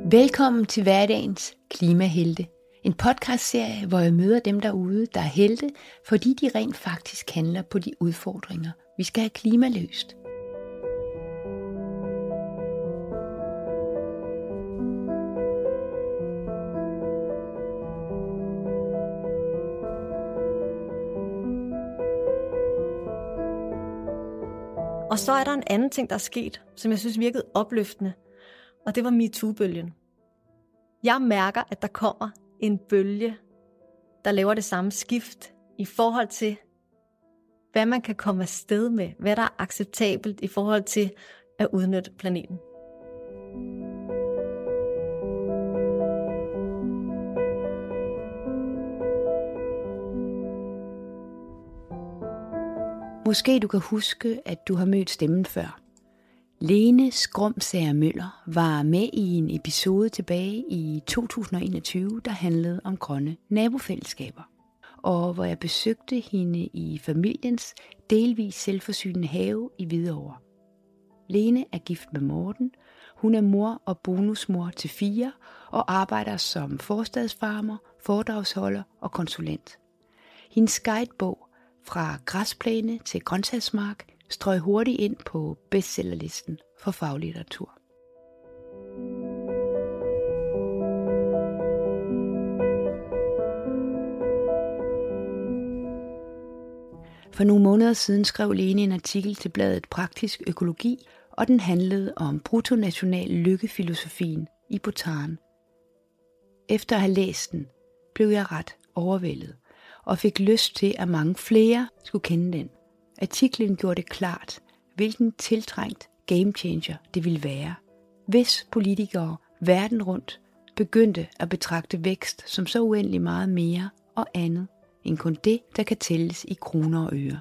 Velkommen til hverdagens Klimahelte. En podcastserie, hvor jeg møder dem derude, der er helte, fordi de rent faktisk handler på de udfordringer, vi skal have klimaløst. Og så er der en anden ting, der er sket, som jeg synes virkede opløftende, og det var MeToo-bølgen. Jeg mærker, at der kommer en bølge, der laver det samme skift i forhold til, hvad man kan komme afsted med, hvad der er acceptabelt i forhold til at udnytte planeten. Måske du kan huske, at du har mødt stemmen før. Lene Skrumsager Møller var med i en episode tilbage i 2021, der handlede om grønne nabofællesskaber. Og hvor jeg besøgte hende i familiens delvis selvforsynende have i Hvidovre. Lene er gift med Morten. Hun er mor og bonusmor til 4 og arbejder som forstadsfarmer, foredragsholder og konsulent. Hendes guidebog Fra græsplæne til grøntsagsmark strøg hurtigt ind på bestsellerlisten for faglitteratur. For nogle måneder siden skrev Lene en artikel til bladet Praktisk Økologi, og den handlede om bruttonational lykkefilosofien i Bhutan. Efter at have læst den, blev jeg ret overvældet og fik lyst til, at mange flere skulle kende den. Artiklen gjorde det klart, hvilken tiltrængt gamechanger det ville være, hvis politikere verden rundt begyndte at betragte vækst som så uendelig meget mere og andet, end kun det, der kan tælles i kroner og øre.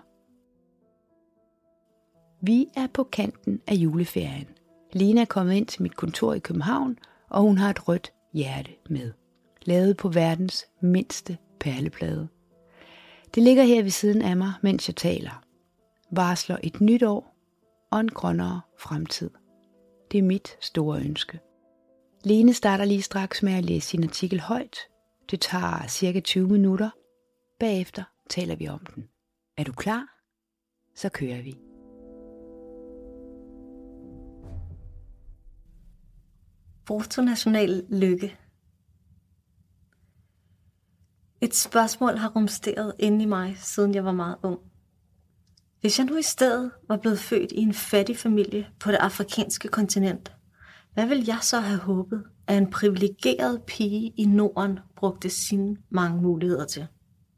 Vi er på kanten af juleferien. Lena er kommet ind til mit kontor i København, og hun har et rødt hjerte med, lavet på verdens mindste perleplade. Det ligger her ved siden af mig, mens jeg taler. Varsler et nyt år og en grønnere fremtid. Det er mit store ønske. Lene starter lige straks med at læse sin artikel højt. Det tager cirka 20 minutter. Bagefter taler vi om den. Er du klar? Så kører vi. Bruttonational lykke. Et spørgsmål har rumsteret inde i mig, siden jeg var meget ung. Hvis jeg nu i stedet var blevet født i en fattig familie på det afrikanske kontinent, hvad ville jeg så have håbet, at en privilegeret pige i Norden brugte sine mange muligheder til?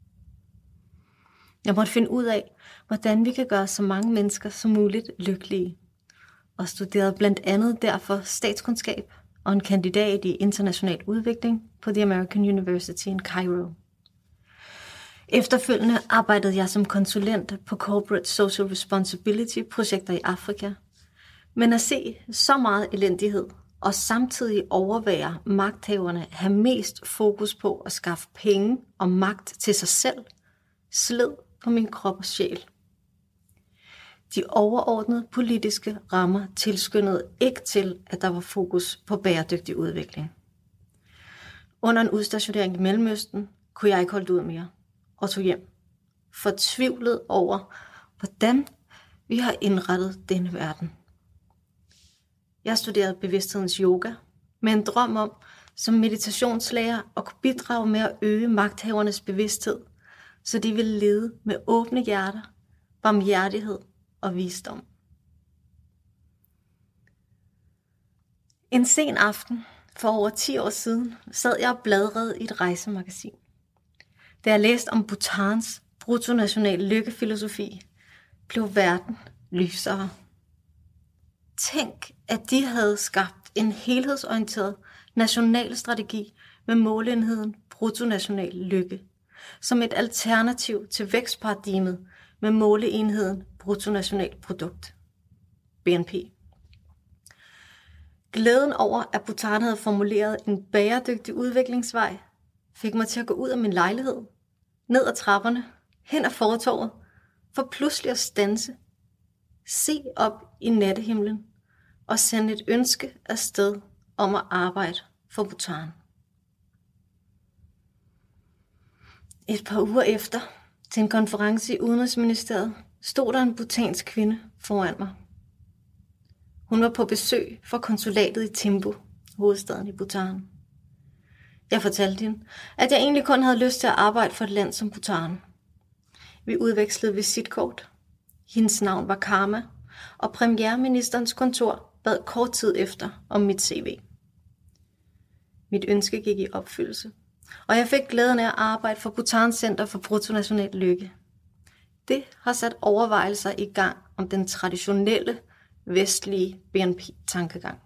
Jeg måtte finde ud af, hvordan vi kan gøre så mange mennesker som muligt lykkelige, og studerede blandt andet derfor statskundskab og en kandidat i international udvikling på The American University in Cairo. Efterfølgende arbejdede jeg som konsulent på Corporate Social Responsibility-projekter i Afrika. Men at se så meget elendighed og samtidig overvære magthaverne have mest fokus på at skaffe penge og magt til sig selv, sled på min krop og sjæl. De overordnede politiske rammer tilskyndede ikke til, at der var fokus på bæredygtig udvikling. Under en udstationering i Mellemøsten kunne jeg ikke holde ud mere og tog hjem, fortvivlet over, hvordan vi har indrettet denne verden. Jeg studerede bevidsthedens yoga med en drøm om, som meditationslærer, at kunne bidrage med at øge magthavernes bevidsthed, så de ville lede med åbne hjerter, barmhjertighed og visdom. En sen aften for over 10 år siden sad jeg og bladrede i et rejsemagasin. Da jeg læste om Bhutans bruttonational lykkefilosofi, blev verden lysere. Tænk, at de havde skabt en helhedsorienteret national strategi med målenheden bruttonational lykke, som et alternativ til vækstparadigmet med måleenheden bruttonational produkt, BNP. Glæden over, at Bhutan havde formuleret en bæredygtig udviklingsvej, fik mig til at gå ud af min lejlighed, ned ad trapperne, hen ad fortovet, for pludselig at standse, se op i nattehimlen og sende et ønske afsted om at arbejde for Bhutan. Et par uger efter, til en konference i Udenrigsministeriet, stod der en bhutansk kvinde foran mig. Hun var på besøg fra konsulatet i Thimphu, hovedstaden i Bhutan. Jeg fortalte hende, at jeg egentlig kun havde lyst til at arbejde for et land som Bhutan. Vi udvekslede visitkort. Hendes navn var Karma, og premierministerens kontor bad kort tid efter om mit CV. Mit ønske gik i opfyldelse, og jeg fik glæden af at arbejde for Bhutans Center for Bruttonational Lykke. Det har sat overvejelser i gang om den traditionelle vestlige BNP-tankegang.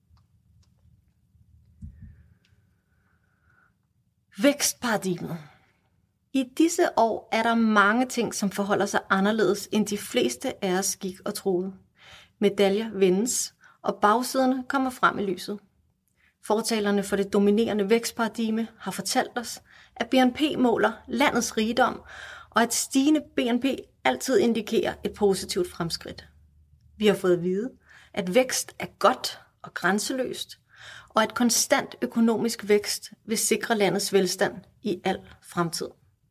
Vækstparadigmet. I disse år er der mange ting, som forholder sig anderledes end de fleste af os gik og troede. Medaljer vendes, og bagsiderne kommer frem i lyset. Fortalerne for det dominerende vækstparadigme har fortalt os, at BNP måler landets rigdom, og at stigende BNP altid indikerer et positivt fremskridt. Vi har fået at vide, at vækst er godt og grænseløst, og at konstant økonomisk vækst vil sikre landets velstand i al fremtid.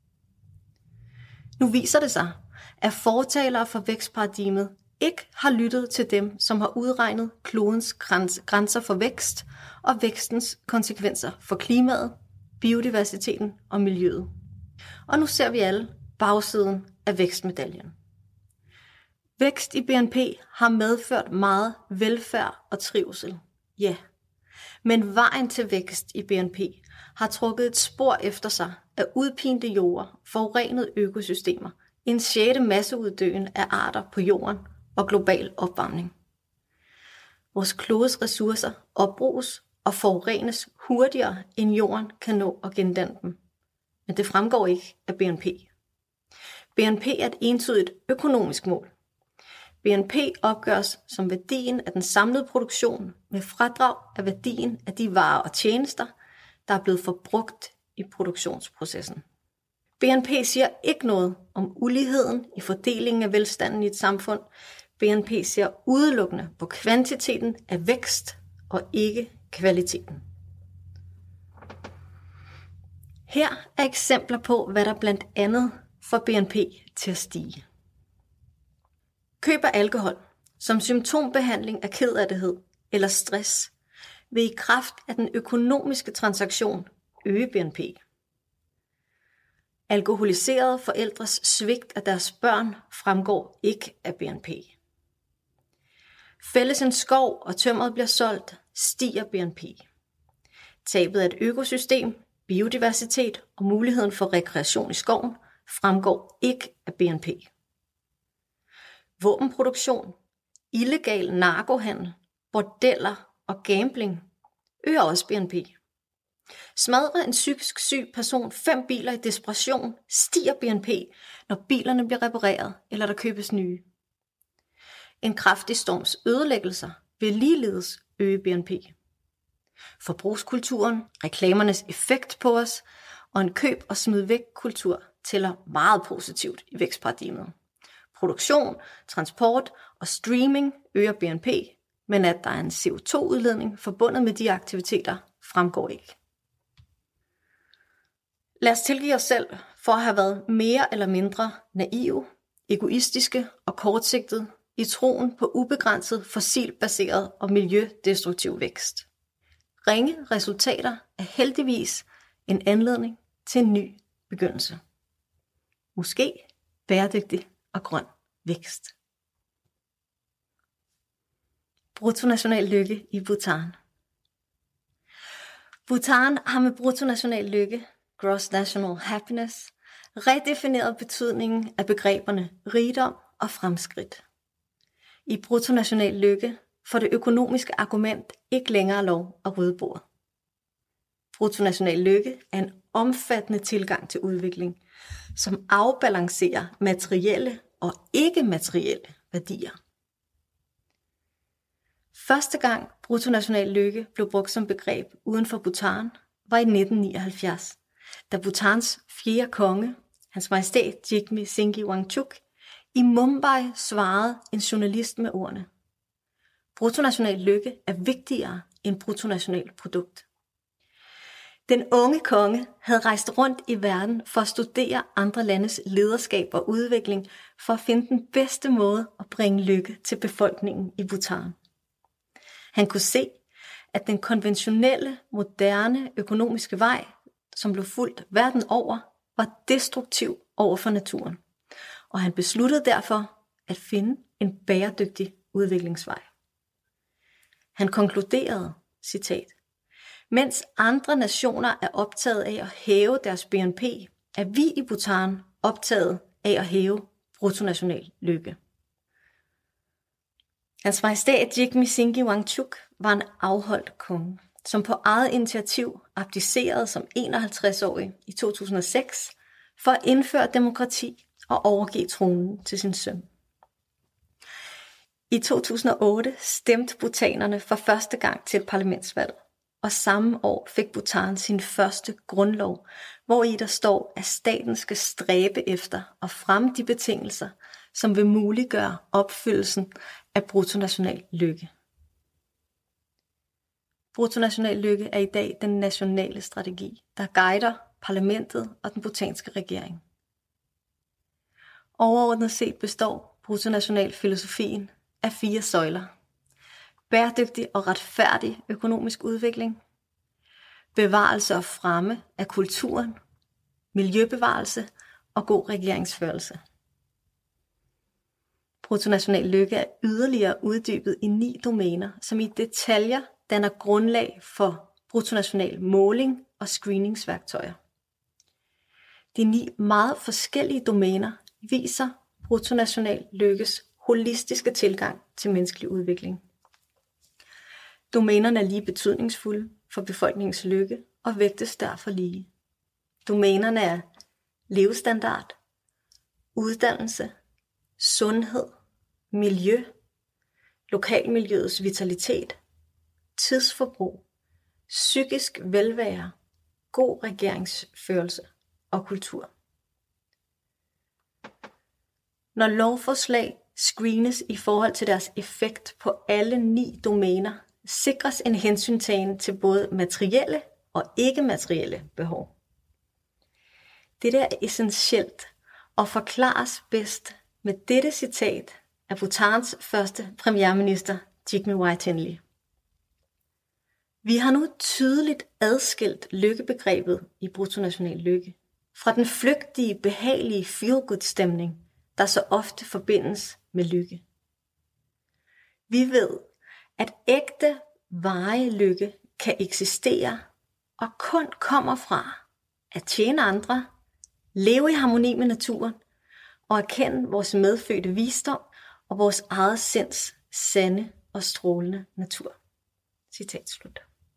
Nu viser det sig, at fortalere for vækstparadigmet ikke har lyttet til dem, som har udregnet klodens grænser for vækst og vækstens konsekvenser for klimaet, biodiversiteten og miljøet. Og nu ser vi alle bagsiden af vækstmedaljen. Vækst i BNP har medført meget velfærd og trivsel. Ja, men vejen til vækst i BNP har trukket et spor efter sig af udpinte jorder, forurenede økosystemer, en 6. masseuddøen af arter på jorden og global opvarmning. Vores klodes ressourcer opbruges og forurenes hurtigere, end jorden kan nå at gendanne dem. Men det fremgår ikke af BNP. BNP er et entydigt økonomisk mål. BNP opgøres som værdien af den samlede produktion med fradrag af værdien af de varer og tjenester, der er blevet forbrugt i produktionsprocessen. BNP siger ikke noget om uligheden i fordelingen af velstanden i et samfund. BNP ser udelukkende på kvantiteten af vækst og ikke kvaliteten. Her er eksempler på, hvad der blandt andet får BNP til at stige. Køb af alkohol som symptombehandling af kederlighed eller stress vil i kraft af den økonomiske transaktion øge BNP. Alkoholiserede forældres svigt af deres børn fremgår ikke af BNP. Fældes en skov og tømmeret bliver solgt, stiger BNP. Tabet af et økosystem, biodiversitet og muligheden for rekreation i skoven fremgår ikke af BNP. Våbenproduktion, illegal narkohandel, bordeller og gambling øger også BNP. Smadrer en psykisk syg person 5 biler i desperation, stiger BNP, når bilerne bliver repareret eller der købes nye. En kraftig storms ødelæggelser vil ligeledes øge BNP. Forbrugskulturen, reklamernes effekt på os og en køb- og smid-væk-kultur tæller meget positivt i vækstparadigmet. Produktion, transport og streaming øger BNP, men at der er en CO2-udledning forbundet med de aktiviteter, fremgår ikke. Lad os tilgive os selv for at have været mere eller mindre naive, egoistiske og kortsigtede i troen på ubegrænset fossilbaseret og miljødestruktiv vækst. Ringe resultater er heldigvis en anledning til en ny begyndelse. Måske bæredygtig og grøn vækst. Bruttonational lykke i Bhutan. Bhutan har med bruttonational lykke, gross national happiness, redefineret betydningen af begreberne rigdom og fremskridt. I bruttonational lykke får det økonomiske argument ikke længere lov at rydde bordet. Bruttonational lykke er en omfattende tilgang til udvikling, som afbalancerer materielle og ikke-materielle værdier. Første gang bruttonational lykke blev brugt som begreb uden for Bhutan var i 1979, da Bhutans 4. konge, hans majestæt Jigme Singye Wangchuk, i Mumbai svarede en journalist med ordene: bruttonational lykke er vigtigere end bruttonational produkt. Den unge konge havde rejst rundt i verden for at studere andre landes lederskab og udvikling, for at finde den bedste måde at bringe lykke til befolkningen i Bhutan. Han kunne se, at den konventionelle, moderne økonomiske vej, som blev fulgt verden over, var destruktiv over for naturen. Og han besluttede derfor at finde en bæredygtig udviklingsvej. Han konkluderede, citat, mens andre nationer er optaget af at hæve deres BNP, er vi i Bhutan optaget af at hæve bruttonational lykke. Hans Majestæt Jigme Singye Wangchuk var en afholdt konge, som på eget initiativ abdicerede som 51-årig i 2006 for at indføre demokrati og overgive tronen til sin søn. I 2008 stemte bhutanerne for første gang til et parlamentsvalg, og samme år fik Bhutan sin første grundlov, hvori der står, at staten skal stræbe efter at fremme de betingelser, som vil muliggøre opfyldelsen af bruttonational lykke. Bruttonational lykke er i dag den nationale strategi, der guider parlamentet og den bhutanske regering. Overordnet set består bruttonationalfilosofien af 4 søjler. Bæredygtig og retfærdig økonomisk udvikling, bevarelse og fremme af kulturen, miljøbevarelse og god regeringsførelse. Bruttonational lykke er yderligere uddybet i 9 domæner, som i detaljer danner grundlag for bruttonational måling og screeningsværktøjer. De 9 meget forskellige domæner viser bruttonational lykkes holistiske tilgang til menneskelig udvikling. Domænerne er lige betydningsfulde for befolkningens lykke og vægtes derfor lige. Domænerne er levestandard, uddannelse, sundhed, miljø, lokalmiljøets vitalitet, tidsforbrug, psykisk velvære, god regeringsførelse og kultur. Når lovforslag screenes i forhold til deres effekt på alle 9 domæner, sikres en hensyntagen til både materielle og ikke-materielle behov. Dette er essentielt og forklares bedst med dette citat af Bhutans første premierminister, Jigme Wangchuk. Vi har nu tydeligt adskilt lykkebegrebet i bruttonational lykke fra den flygtige, behagelige feel-good-stemning, der så ofte forbindes med lykke. Vi ved, at ægte, varig lykke kan eksistere og kun kommer fra at tjene andre, leve i harmoni med naturen og erkende vores medfødte visdom og vores eget sinds sande og strålende natur. Citat slut.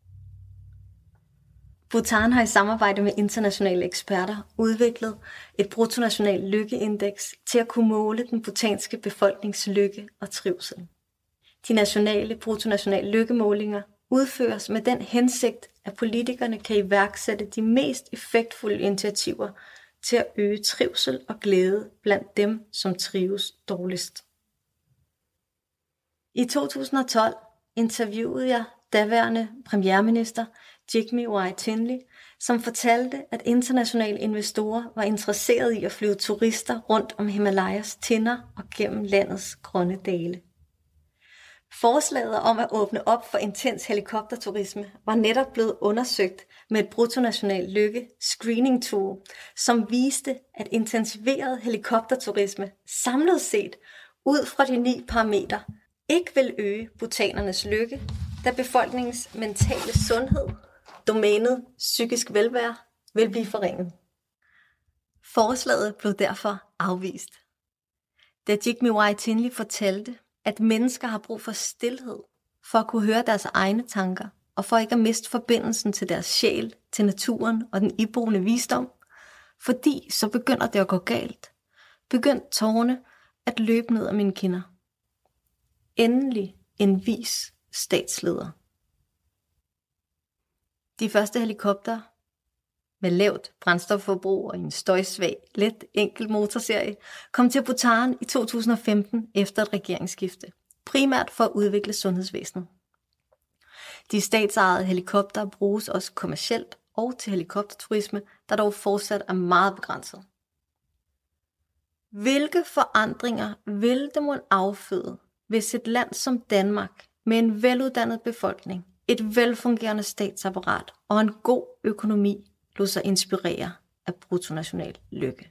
Bhutan har i samarbejde med internationale eksperter udviklet et bruttonational lykkeindeks til at kunne måle den bhutanske befolknings lykke og trivsel. De nationale bruttonationale lykkemålinger udføres med den hensigt, at politikerne kan iværksætte de mest effektfulde initiativer til at øge trivsel og glæde blandt dem, som trives dårligst. I 2012 interviewede jeg daværende premierminister Jigme Wangchuk, som fortalte, at internationale investorer var interesserede i at flyve turister rundt om Himalayas tinder og gennem landets grønne dale. Forslaget om at åbne op for intens helikopterturisme var netop blevet undersøgt med et bruttonational lykke screening tool, som viste, at intensiveret helikopterturisme samlet set ud fra de 9 parametre ikke vil øge bhutanernes lykke, da befolkningens mentale sundhed, domænet psykisk velvære, vil blive forringet. Forslaget blev derfor afvist. Da Jigme Wangchuk fortalte, at mennesker har brug for stilhed for at kunne høre deres egne tanker og for ikke at miste forbindelsen til deres sjæl, til naturen og den iboende visdom, fordi så begynder det at gå galt. Begyndte tårerne at løbe ned af mine kinder. Endelig en vis statsleder. De første helikopter med lavt brændstofforbrug og en støjsvag, let enkel motorserie kom til Bhutan i 2015 efter et regeringsskifte, primært for at udvikle sundhedsvæsenet. De statsejede helikopter bruges også kommercielt og til helikopterturisme, der dog fortsat er meget begrænset. Hvilke forandringer vil det mon afføde, hvis et land som Danmark med en veluddannet befolkning, et velfungerende statsapparat og en god økonomi lod sig inspirere af bruttonational lykke?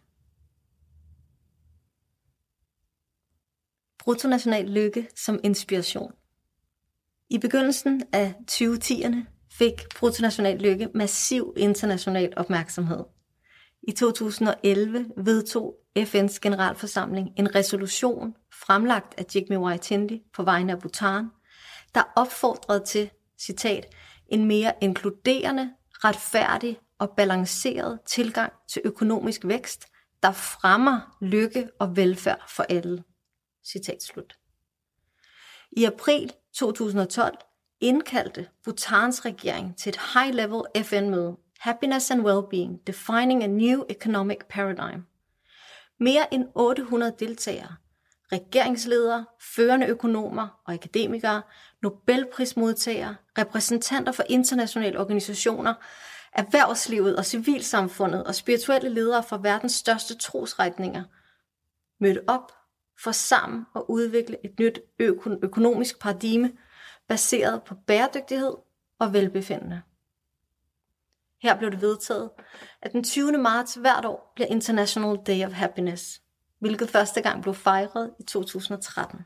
Bruttonational lykke som inspiration. I begyndelsen af 2010'erne fik bruttonational lykke massiv international opmærksomhed. I 2011 vedtog FN's generalforsamling en resolution fremlagt af Jigme Wai-Tindi på vegne af Bhutan, der opfordrede til, citat, en mere inkluderende, retfærdig og balanceret tilgang til økonomisk vækst, der fremmer lykke og velfærd for alle. Citat slut. I april 2012 indkaldte Bhutans regering til et high-level FN-møde, Happiness and Wellbeing, Defining a New Economic Paradigm. Mere end 800 deltagere, regeringsledere, førende økonomer og akademikere, Nobelprismodtagere, repræsentanter for internationale organisationer, erhvervslivet og civilsamfundet og spirituelle ledere fra verdens største trosretninger mødte op for sammen at udvikle et nyt økonomisk paradigme baseret på bæredygtighed og velbefindende. Her blev det vedtaget, at den 20. marts hvert år bliver International Day of Happiness, hvilket første gang blev fejret i 2013.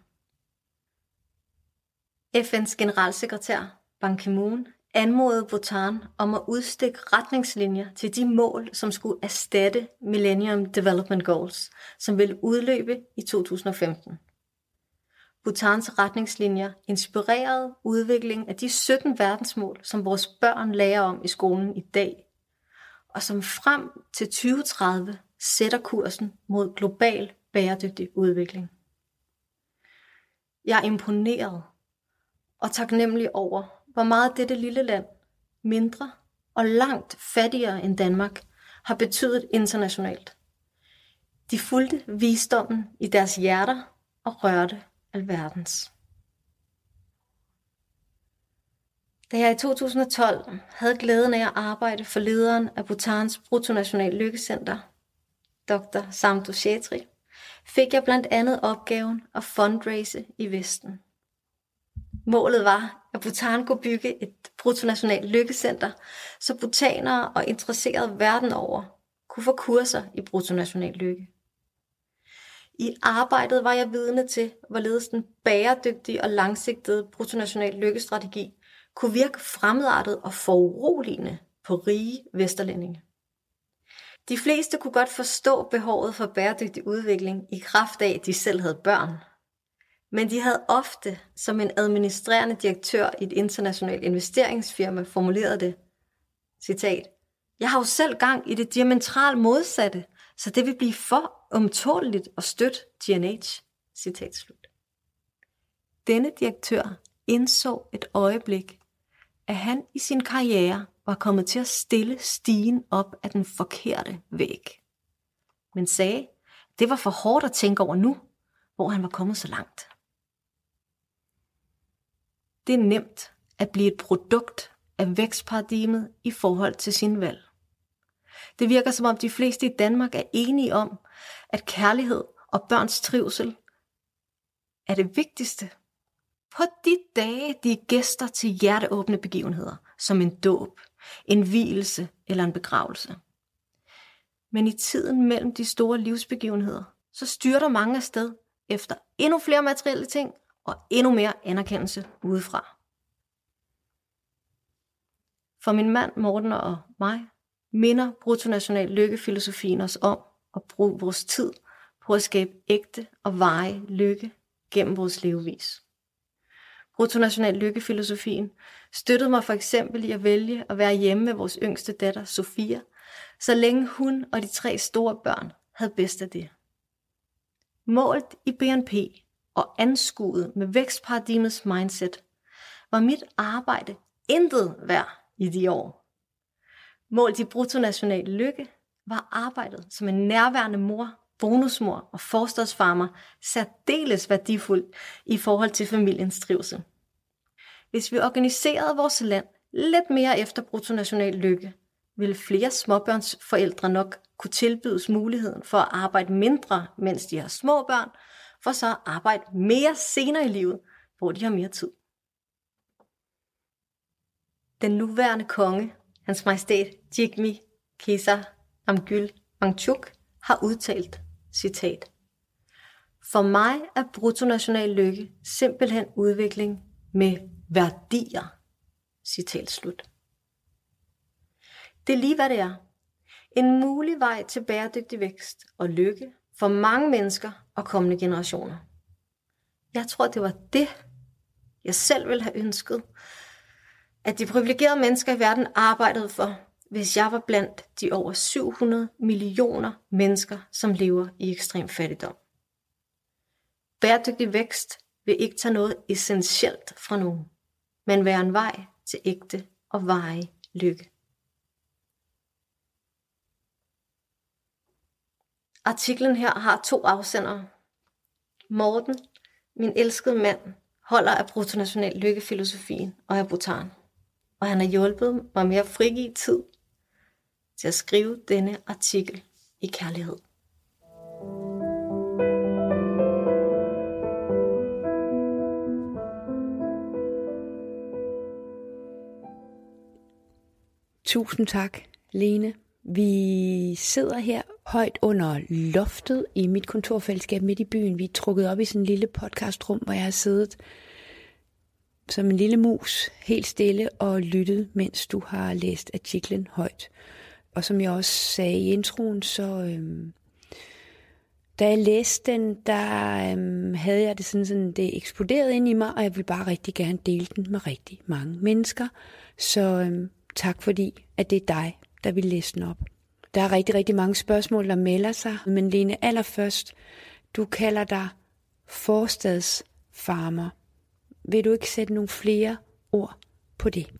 FN's generalsekretær Ban Ki-moon anmodede Bhutan om at udstikke retningslinjer til de mål, som skulle erstatte Millennium Development Goals, som ville udløbe i 2015. Bhutans retningslinjer inspirerede udviklingen af de 17 verdensmål, som vores børn lærer om i skolen i dag, og som frem til 2030 sætter kursen mod global bæredygtig udvikling. Jeg er imponeret og taknemmelig over, hvor meget dette lille land, mindre og langt fattigere end Danmark, har betydet internationalt. De fulgte visdommen i deres hjerter og rørte alverdens. Da jeg i 2012 havde glæden af at arbejde for lederen af Bhutans bruttonational lykkecenter, Dr. Samdhu Chetri, fik jeg blandt andet opgaven at fundraise i Vesten. Målet var, at Bhutan kunne bygge et bruttonationalt lykkecenter, så bhutanere og interesserede verden over kunne få kurser i bruttonational lykke. I arbejdet var jeg vidne til, hvorledes den bæredygtige og langsigtede bruttonational lykkestrategi kunne virke fremmedartet og foruroligende på rige vesterlændinge. De fleste kunne godt forstå behovet for bæredygtig udvikling i kraft af, at de selv havde børn. Men de havde ofte, som en administrerende direktør i et internationalt investeringsfirma formuleret det, citat, jeg har jo selv gang i det diametralt modsatte, så det vil blive for ømtåleligt og støtte GNH. Citat slut. Denne direktør indså et øjeblik, at han i sin karriere var kommet til at stille stigen op af den forkerte væg. Men sagde, det var for hårdt at tænke over nu, hvor han var kommet så langt. Det er nemt at blive et produkt af vækstparadigmet i forhold til sin valg. Det virker som om de fleste i Danmark er enige om, at kærlighed og børns trivsel er det vigtigste. På de dage, de er gæster til hjerteåbne begivenheder, som en dåb, en vielse eller en begravelse. Men i tiden mellem de store livsbegivenheder, så styrter mange afsted efter endnu flere materielle ting og endnu mere anerkendelse udefra. For min mand Morten og mig minder bruttonational lykkefilosofien os om at bruge vores tid på at skabe ægte og varig lykke gennem vores levevis. Bruttonational lykkefilosofien støttede mig for eksempel i at vælge at være hjemme med vores yngste datter Sofia, så længe hun og de 3 store børn havde bedst af det. Målt i BNP og anskuet med vækstparadigmets mindset, var mit arbejde intet værd i de år. Målt i bruttonational lykke var arbejdet som en nærværende mor, bonusmor og forstadsfarmer særdeles værdifuldt i forhold til familiens trivsel. Hvis vi organiserede vores land lidt mere efter bruttonational lykke, vil flere småbørnsforældre nok kunne tilbydes muligheden for at arbejde mindre, mens de har små børn, for så at arbejde mere senere i livet, hvor de har mere tid. Den nuværende konge, Hans Majestæt Jigme Khesar Namgyel Wangchuk, har udtalt, citat: "For mig er bruttonational lykke simpelthen udvikling med værdier." Citat slut. Det er lige hvad det er. En mulig vej til bæredygtig vækst og lykke for mange mennesker og kommende generationer. Jeg tror, det var det, jeg selv ville have ønsket, at de privilegerede mennesker i verden arbejdede for, hvis jeg var blandt de over 700 millioner mennesker, som lever i ekstrem fattigdom. Bæredygtig vækst vil ikke tage noget essentielt fra nogen, men være en vej til ægte og varig lykke. Artiklen her har 2 afsendere. Morten, min elskede mand, holder af bruttonational lykkefilosofien og af Bhutan. Og han har hjulpet mig med at frigive tid til at skrive denne artikel i kærlighed. Tusind tak, Lene. Vi sidder her højt under loftet i mit kontorfællesskab midt i byen. Vi er trukket op i sådan en lille podcastrum, hvor jeg har siddet som en lille mus, helt stille og lyttet, mens du har læst artiklen højt. Og som jeg også sagde i introen, så da jeg læste den, der havde jeg det sådan, det eksploderede ind i mig, og jeg ville bare rigtig gerne dele den med rigtig mange mennesker. Så tak fordi, at det er dig, der vil læse den op. Der er rigtig, rigtig mange spørgsmål, der melder sig. Men Lene, allerførst, du kalder dig forstadsfarmer. Vil du ikke sætte nogle flere ord på det?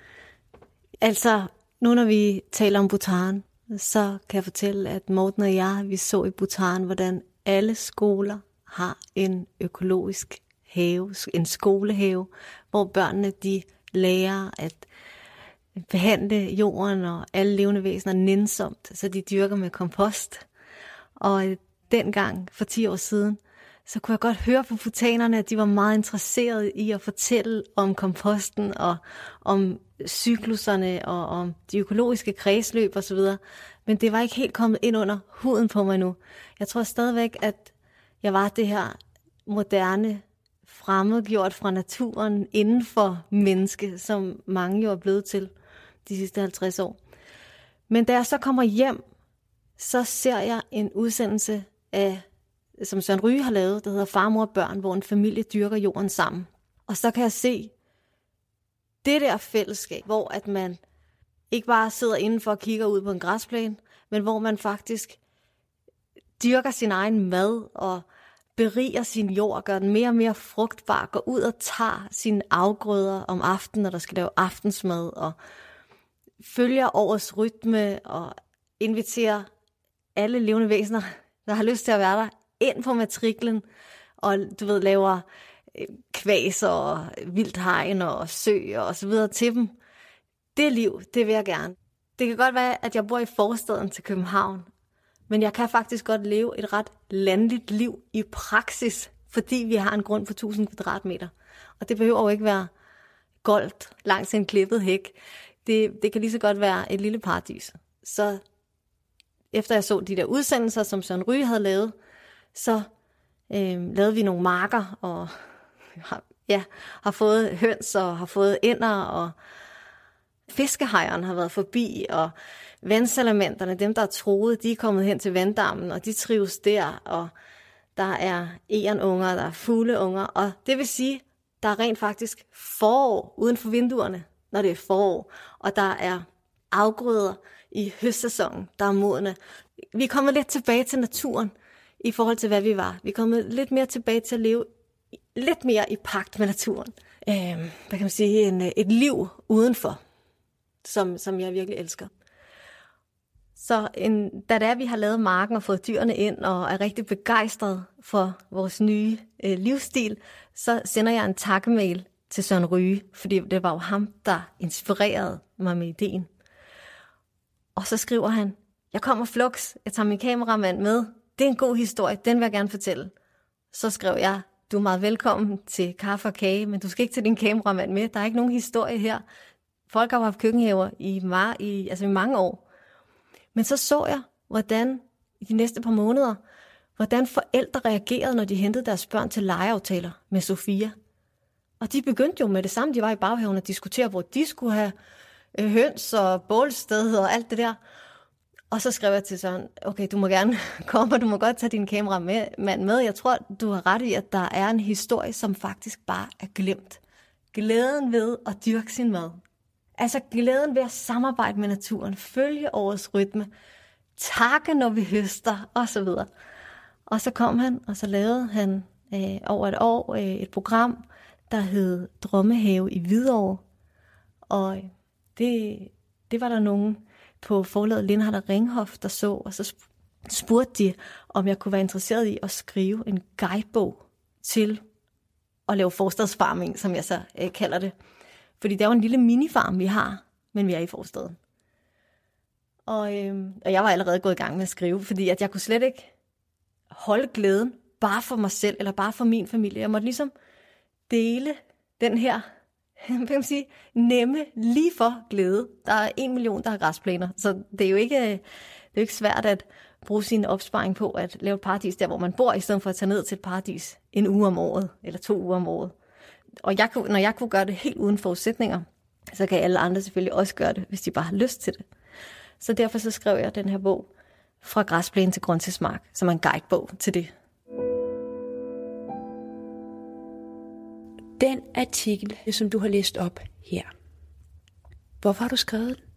Altså, nu når vi taler om Bhutan, så kan jeg fortælle, at Morten og jeg, vi så i Bhutan, hvordan alle skoler har en økologisk have, en skolehave, hvor børnene de lærer at behandle jorden og alle levende væsener nænsomt, så de dyrker med kompost. Og dengang, for 10 år siden, så kunne jeg godt høre på bhutanerne, at de var meget interesserede i at fortælle om komposten og om cykluserne og om de økologiske kredsløb osv. Men det var ikke helt kommet ind under huden på mig nu. Jeg tror stadigvæk, at jeg var det her moderne, fremmedgjort fra naturen inden for menneske, som mange jo er blevet til de sidste 50 år. Men da jeg så kommer hjem, så ser jeg en udsendelse af, som Søren Ryge har lavet, der hedder Far, Mor og Børn, hvor en familie dyrker jorden sammen. Og så kan jeg se det der fællesskab, hvor at man ikke bare sidder indenfor og kigger ud på en græsplæne, men hvor man faktisk dyrker sin egen mad og beriger sin jord, gør den mere og mere frugtbar, går ud og tager sine afgrøder om aftenen, når der skal lave aftensmad, og følger årets rytme og inviterer alle levende væsener, der har lyst til at være der, ind på matriklen, og du ved, laver kvaser og vildthegn og søer og så videre til dem. Det liv, det vil jeg gerne. Det kan godt være, at jeg bor i forstaden til København, men jeg kan faktisk godt leve et ret landligt liv i praksis, fordi vi har en grund på 1000 kvadratmeter. Og det behøver jo ikke være goldt langs en klippet hæk. Det kan lige så godt være et lille paradis. Så efter jeg så de der udsendelser, som Søren Ryge havde lavet, så lavede vi nogle marker, og har fået høns, og har fået ænder, og fiskehejeren har været forbi, og vandsalamenterne, dem der er truet, de er kommet hen til vanddammen, og de trives der, og der er egernunger, der er fugleunger, og det vil sige, der er rent faktisk forår uden for vinduerne, når det er forår, og der er afgrøder i høstsæsonen, der er modne. Vi er kommet lidt tilbage til naturen i forhold til, hvad vi var. Vi er kommet lidt mere tilbage til at leve lidt mere i pagt med naturen. Hvad kan man sige? Et liv udenfor, som jeg virkelig elsker. Så da det er, vi har lavet marken og fået dyrene ind og er rigtig begejstret for vores nye livsstil, så sender jeg en takkemail til Søren Ryge, fordi det var jo ham, der inspirerede mig med ideen. Og så skriver han, jeg kommer flux, jeg tager min kameramand med. Det er en god historie, den vil jeg gerne fortælle. Så skrev jeg, du er meget velkommen til kaffe og kage, men du skal ikke tage din kameramand med. Der er ikke nogen historie her. Folk har jo haft køkkenhaver i mange år. Men så jeg, hvordan i de næste par måneder, hvordan forældre reagerede, når de hentede deres børn til legeaftaler med Sofia. Og de begyndte jo med det samme. De var i baghaven og diskutere, hvor de skulle have høns og bålsted og alt det der. Og så skrev jeg til Søren, okay, du må gerne komme, og du må godt tage din kameramand med. Jeg tror, du har ret i, at der er en historie, som faktisk bare er glemt. Glæden ved at dyrke sin mad. Altså glæden ved at samarbejde med naturen, følge årets rytme, takke, når vi høster, osv. Og så kom han, og så lavede han over et år et program, der hed Drømmehave i Hvidovre. Og det var der nogen på forlaget Lindhardt og Ringhof, der så, og så spurgte de, om jeg kunne være interesseret i at skrive en guidebog til at lave forstadsfarming, som jeg så kalder det. Fordi det er jo en lille minifarm, vi har, men vi er i forstaden. Og jeg var allerede gået i gang med at skrive, fordi at jeg kunne slet ikke holde glæden bare for mig selv, eller bare for min familie. Jeg måtte ligesom dele den her, hvad kan man sige, nemme, lige for glæde. Der er 1 million, der har græsplæner, så det er jo ikke svært at bruge sin opsparing på at lave et paradis der, hvor man bor, i stedet for at tage ned til et paradis en uge om året, eller 2 uger om året. Og når jeg kunne gøre det helt uden forudsætninger, så kan alle andre selvfølgelig også gøre det, hvis de bare har lyst til det. Så derfor så skrev jeg den her bog, Fra græsplæne til grøntsagsmark, som er en guidebog til det. Den artikel, som du har læst op her, hvorfor har du skrevet den?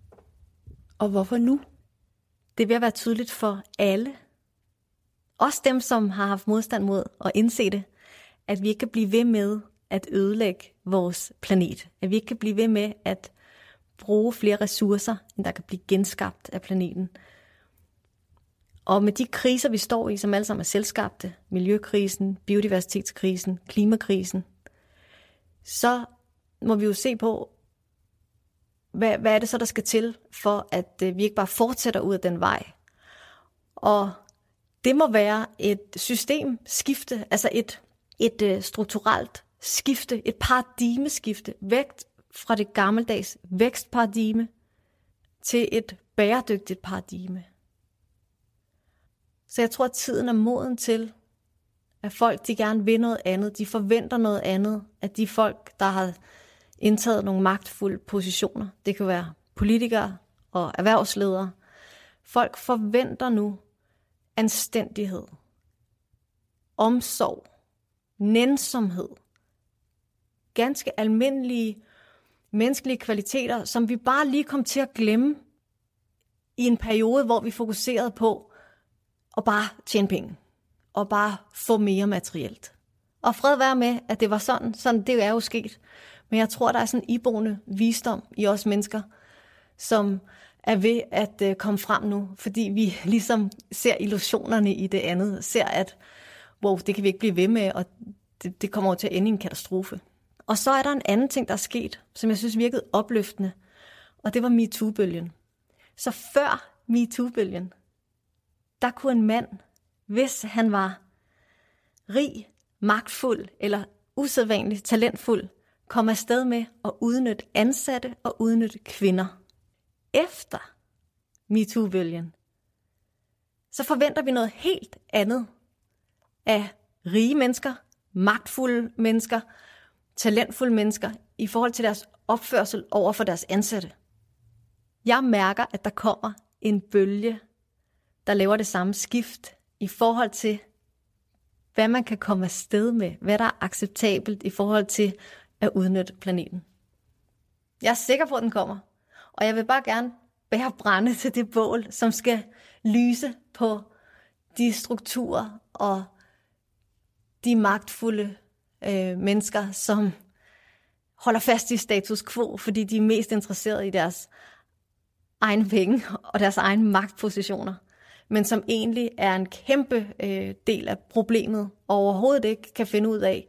Og hvorfor nu? Det vil være tydeligt for alle, også dem, som har haft modstand mod at indse det, at vi ikke kan blive ved med at ødelægge vores planet. At vi ikke kan blive ved med at bruge flere ressourcer, end der kan blive genskabt af planeten. Og med de kriser, vi står i, som alle sammen er selvskabte, miljøkrisen, biodiversitetskrisen, klimakrisen, så må vi jo se på, hvad er det så, der skal til, for at vi ikke bare fortsætter ud af den vej. Og det må være et systemskifte, altså et strukturelt skifte, et paradigmeskifte, væk fra det gammeldags vækstparadigme til et bæredygtigt paradigme. Så jeg tror, at tiden er moden til, at folk de gerne vil noget andet, de forventer noget andet, at de folk, der har indtaget nogle magtfulde positioner, det kan være politikere og erhvervsledere, folk forventer nu anstændighed, omsorg, nænsomhed, ganske almindelige menneskelige kvaliteter, som vi bare lige kom til at glemme i en periode, hvor vi fokuserede på at bare tjene penge og bare få mere materielt. Og fred være med, at det var sådan det er jo sket. Men jeg tror, der er sådan en iboende visdom i os mennesker, som er ved at komme frem nu, fordi vi ligesom ser illusionerne i det andet, ser at, wow, det kan vi ikke blive ved med, og det kommer over til at ende i en katastrofe. Og så er der en anden ting, der er sket, som jeg synes virkede opløftende, og det var MeToo-bølgen. Så før MeToo-bølgen, der kunne en mand, hvis han var rig, magtfuld eller usædvanligt talentfuld, komme afsted med at udnytte ansatte og udnytte kvinder. Efter MeToo-bølgen, så forventer vi noget helt andet af rige mennesker, magtfulde mennesker, talentfulde mennesker i forhold til deres opførsel over for deres ansatte. Jeg mærker, at der kommer en bølge, der laver det samme skift i forhold til, hvad man kan komme afsted med, hvad der er acceptabelt i forhold til at udnytte planeten. Jeg er sikker på, at den kommer, og jeg vil bare gerne bære brænde til det bål, som skal lyse på de strukturer og de magtfulde mennesker, som holder fast i status quo, fordi de er mest interesserede i deres egen penge og deres egen magtpositioner, men som egentlig er en kæmpe del af problemet, og overhovedet ikke kan finde ud af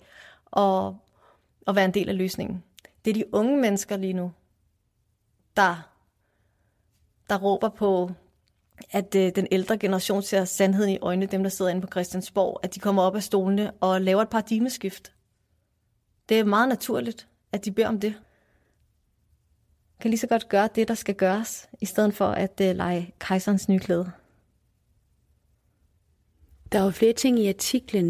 at være en del af løsningen. Det er de unge mennesker lige nu, der der råber på, at den ældre generation ser sandheden i øjnene, dem der sidder inde på Christiansborg, at de kommer op af stolene og laver et paradigmeskift. Det er meget naturligt, at de beder om det. Kan lige så godt gøre det, der skal gøres, i stedet for at lege kejserens nye klæde. Der er jo flere ting i artiklen,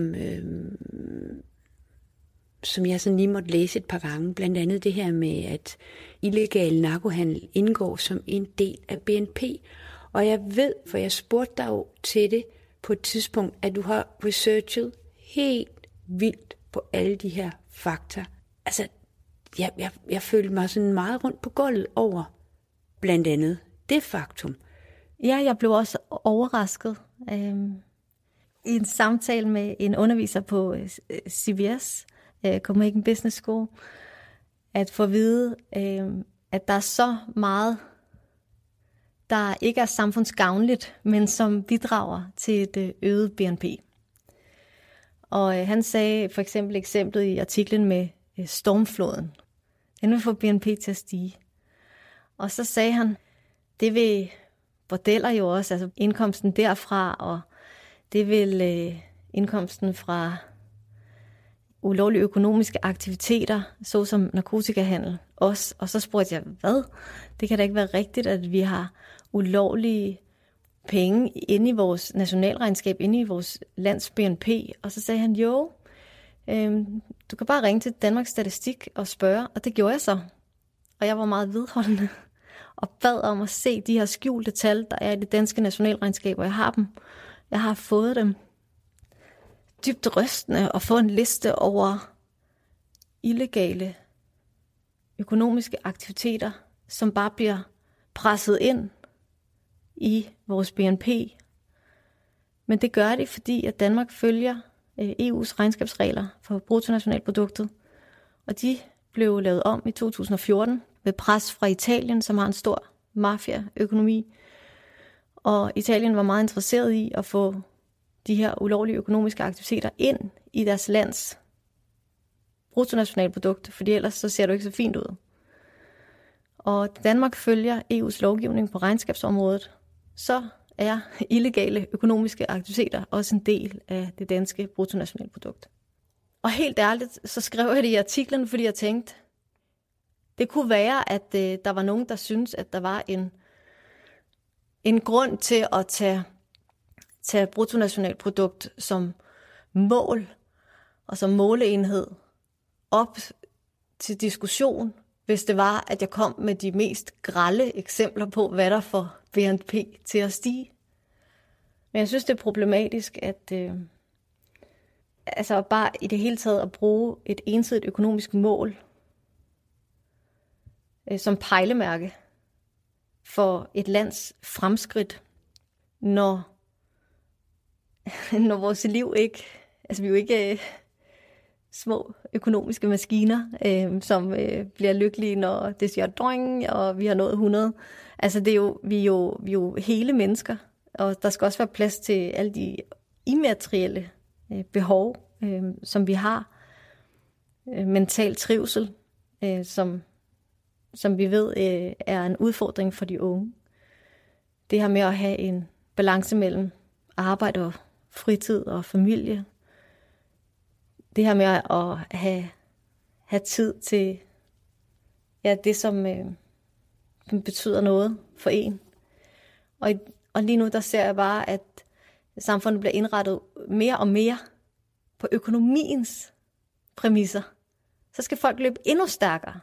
som jeg sådan lige måtte læse et par gange. Blandt andet det her med, at illegal narkohandel indgår som en del af BNP. Og jeg ved, for jeg spurgte dig jo til det på et tidspunkt, at du har researchet helt vildt på alle de her fakta. Altså, jeg følte mig sådan meget rundt på gulvet over blandt andet det faktum. Ja, jeg blev også overrasket i en samtale med en underviser på CBS, Copenhagen Business School, at få at vide, at der er så meget, der ikke er samfundsgavnligt, men som bidrager til et øget BNP. Og han sagde for eksemplet i artiklen med stormfloden, den vil få BNP til at stige. Og så sagde han, det vil bordeller jo også, altså indkomsten derfra, og det vil indkomsten fra ulovlige økonomiske aktiviteter, såsom narkotikahandel også. Og så spurgte jeg, hvad? Det kan da ikke være rigtigt, at vi har ulovlige penge inde i vores nationalregnskab, inde i vores lands BNP. Og så sagde han, jo, du kan bare ringe til Danmarks Statistik og spørge, og det gjorde jeg så. Og jeg var meget vedholdende og bad om at se de her skjulte tal, der er i det danske nationalregnskab, og jeg har dem. Jeg har fået dem. Dybt rystende at få en liste over illegale økonomiske aktiviteter, som bare bliver presset ind i vores BNP. Men det gør det, fordi at Danmark følger EU's regnskabsregler for bruttonationalproduktet, og de blev lavet om i 2014 ved pres fra Italien, som har en stor mafiaøkonomi. Og Italien var meget interesseret i at få de her ulovlige økonomiske aktiviteter ind i deres lands bruttonationalprodukt, fordi ellers så ser det ikke så fint ud. Og Danmark følger EU's lovgivning på regnskabsområdet, så er illegale økonomiske aktiviteter også en del af det danske bruttonationalprodukt. Og helt ærligt, så skrev jeg det i artiklen, fordi jeg tænkte, det kunne være, at der var nogen, der syntes, at der var en grund til at tage bruttonationalprodukt som mål og som måleenhed op til diskussion, hvis det var, at jeg kom med de mest grelle eksempler på, hvad der får BNP til at stige. Men jeg synes, det er problematisk, at altså bare i det hele taget at bruge et ensidigt økonomisk mål som pejlemærke for et lands fremskridt, når vores liv ikke, altså vi er jo ikke små økonomiske maskiner, som bliver lykkelige, når det siger doing, og vi har nået 100. Altså det er jo, vi er jo hele mennesker, og der skal også være plads til alle de immaterielle behov, som vi har. Mental trivsel, som vi ved er en udfordring for de unge. Det her med at have en balance mellem arbejde og fritid og familie. Det her med at have tid til det, som betyder noget for en. Og lige nu der ser jeg bare, at samfundet bliver indrettet mere og mere på økonomiens præmisser. Så skal folk løbe endnu stærkere.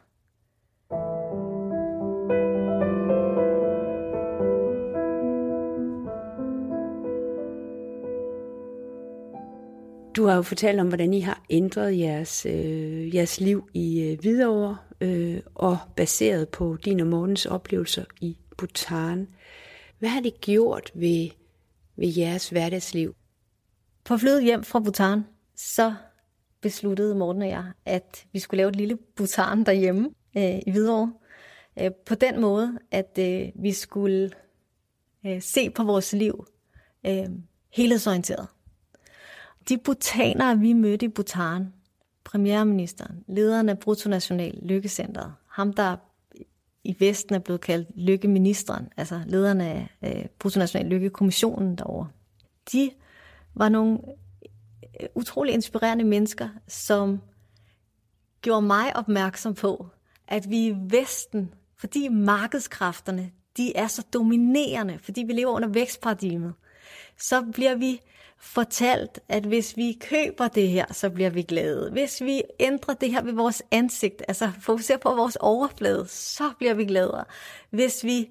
Du har jo fortalt om, hvordan I har ændret jeres liv i Hvidovre, og baseret på din og Mortens oplevelser i Bhutan. Hvad har det gjort ved jeres hverdagsliv? På flyet hjem fra Bhutan, så besluttede Morten og jeg, at vi skulle lave et lille Bhutan derhjemme i Hvidovre. På den måde, at vi skulle se på vores liv helhedsorienteret. De bhutanere, vi mødte i Bhutan, premierministeren, lederen af Bruttonational Lykkecentret, ham der i Vesten er blevet kaldt lykkeministeren, altså lederne af Bruttonational Lykkekommissionen derovre. De var nogle utrolig inspirerende mennesker, som gjorde mig opmærksom på, at vi i Vesten, fordi markedskræfterne, de er så dominerende, fordi vi lever under vækstparadigmet, så bliver vi fortalt, at hvis vi køber det her, så bliver vi glade. Hvis vi ændrer det her ved vores ansigt, altså fokuserer på vores overflade, så bliver vi gladere. Hvis vi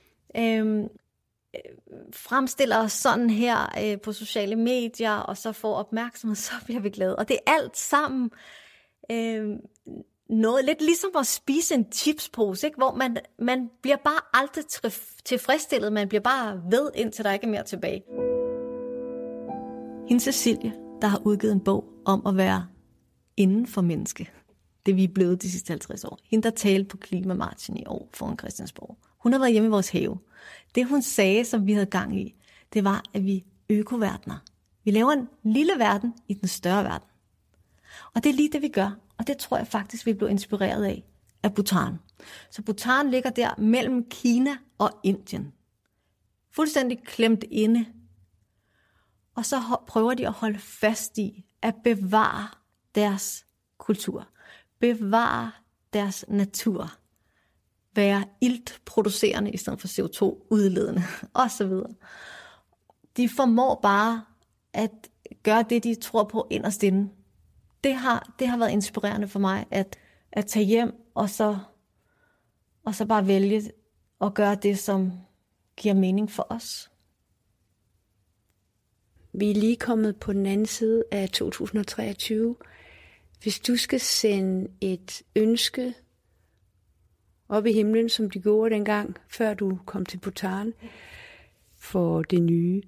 fremstiller os sådan her på sociale medier, og så får opmærksomhed, så bliver vi glade. Og det er alt sammen noget lidt ligesom at spise en chipspose, ikke? Hvor man bliver bare aldrig tilfredsstillet, man bliver bare ved, indtil der ikke er mere tilbage. Hende Cecilie, der har udgivet en bog om at være inden for menneske. Det vi er blevet de sidste 50 år. Hende, der talte på klimamarchen i år foran Christiansborg. Hun har været hjemme i vores have. Det hun sagde, som vi havde gang i, det var, at vi er økoverdener. Vi laver en lille verden i den større verden. Og det er lige det, vi gør. Og det tror jeg faktisk, vi blev inspireret af Bhutan. Så Bhutan ligger der mellem Kina og Indien. Fuldstændig klemt inde. Og så prøver de at holde fast i at bevare deres kultur. Bevare deres natur. Være iltproducerende i stedet for CO2-udledende osv. De formår bare at gøre det, de tror på inderst inde. Det har været inspirerende for mig at tage hjem og så bare vælge at gøre det, som giver mening for os. Vi er lige kommet på den anden side af 2023. Hvis du skal sende et ønske op i himlen, som de gjorde dengang, før du kom til Bhutan, for det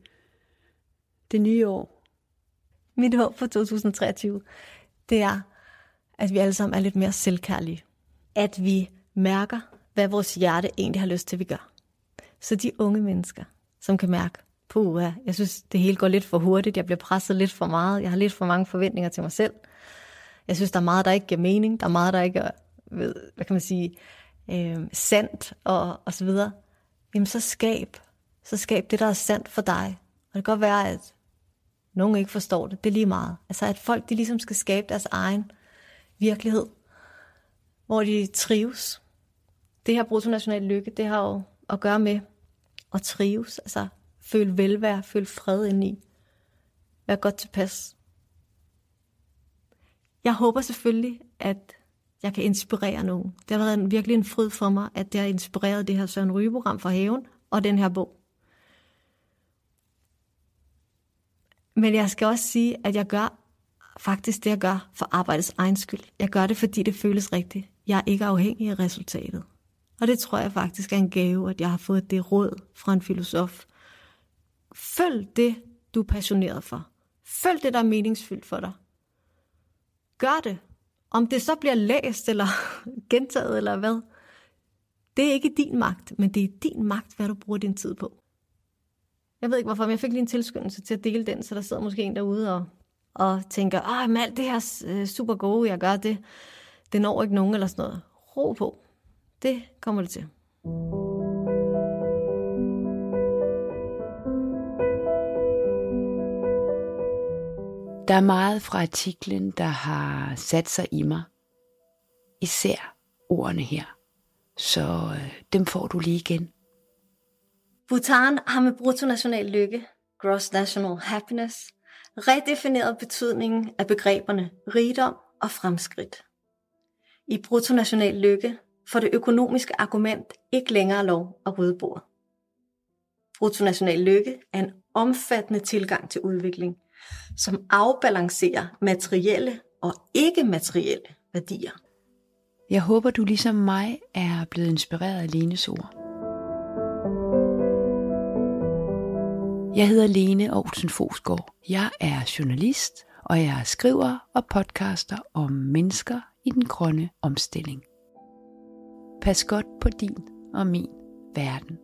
nye år. Mit håb for 2023, det er, at vi alle sammen er lidt mere selvkærlige. At vi mærker, hvad vores hjerte egentlig har lyst til, vi gør. Så de unge mennesker, som kan mærke, jeg synes, det hele går lidt for hurtigt, jeg bliver presset lidt for meget, jeg har lidt for mange forventninger til mig selv. Jeg synes, der er meget, der ikke giver mening, der er meget, der ikke er, hvad kan man sige, sandt og så videre. Jamen så skab det, der er sandt for dig. Og det kan godt være, at nogen ikke forstår det, det er lige meget. Altså at folk, de ligesom skal skabe deres egen virkelighed, hvor de trives. Det her bruttonational lykke, det har jo at gøre med at trives, altså føle velvære, føle fred indeni, være godt tilpas. Jeg håber selvfølgelig, at jeg kan inspirere nogen. Det har været virkelig en fryd for mig, at det har inspireret det her Søren Ryge-program for haven og den her bog. Men jeg skal også sige, at jeg gør faktisk det, jeg gør for arbejdets egen skyld. Jeg gør det, fordi det føles rigtigt. Jeg er ikke afhængig af resultatet. Og det tror jeg faktisk er en gave, at jeg har fået det råd fra en filosof. Følg det, du er passioneret for. Følg det, der er meningsfyldt for dig. Gør det. Om det så bliver læst eller gentaget eller hvad. Det er ikke din magt, men det er din magt, hvad du bruger din tid på. Jeg ved ikke hvorfor, men jeg fik lige en tilskyndelse til at dele den, så der sidder måske en derude og tænker, men alt det her super gode, jeg gør, det når ikke nogen eller sådan noget. Ro på. Det kommer det til. Der er meget fra artiklen, der har sat sig i mig. Især ordene her. Så dem får du lige igen. Bhutan har med bruttonational lykke, gross national happiness, redefineret betydningen af begreberne rigdom og fremskridt. I bruttonational lykke får det økonomiske argument ikke længere lov at rydde bordet. Bruttonational lykke er en omfattende tilgang til udvikling, som afbalancerer materielle og ikke-materielle værdier. Jeg håber, du ligesom mig er blevet inspireret af Lenes ord. Jeg hedder Lene Olsen Fosgaard. Jeg er journalist, og jeg skriver og podcaster om mennesker i den grønne omstilling. Pas godt på din og min verden.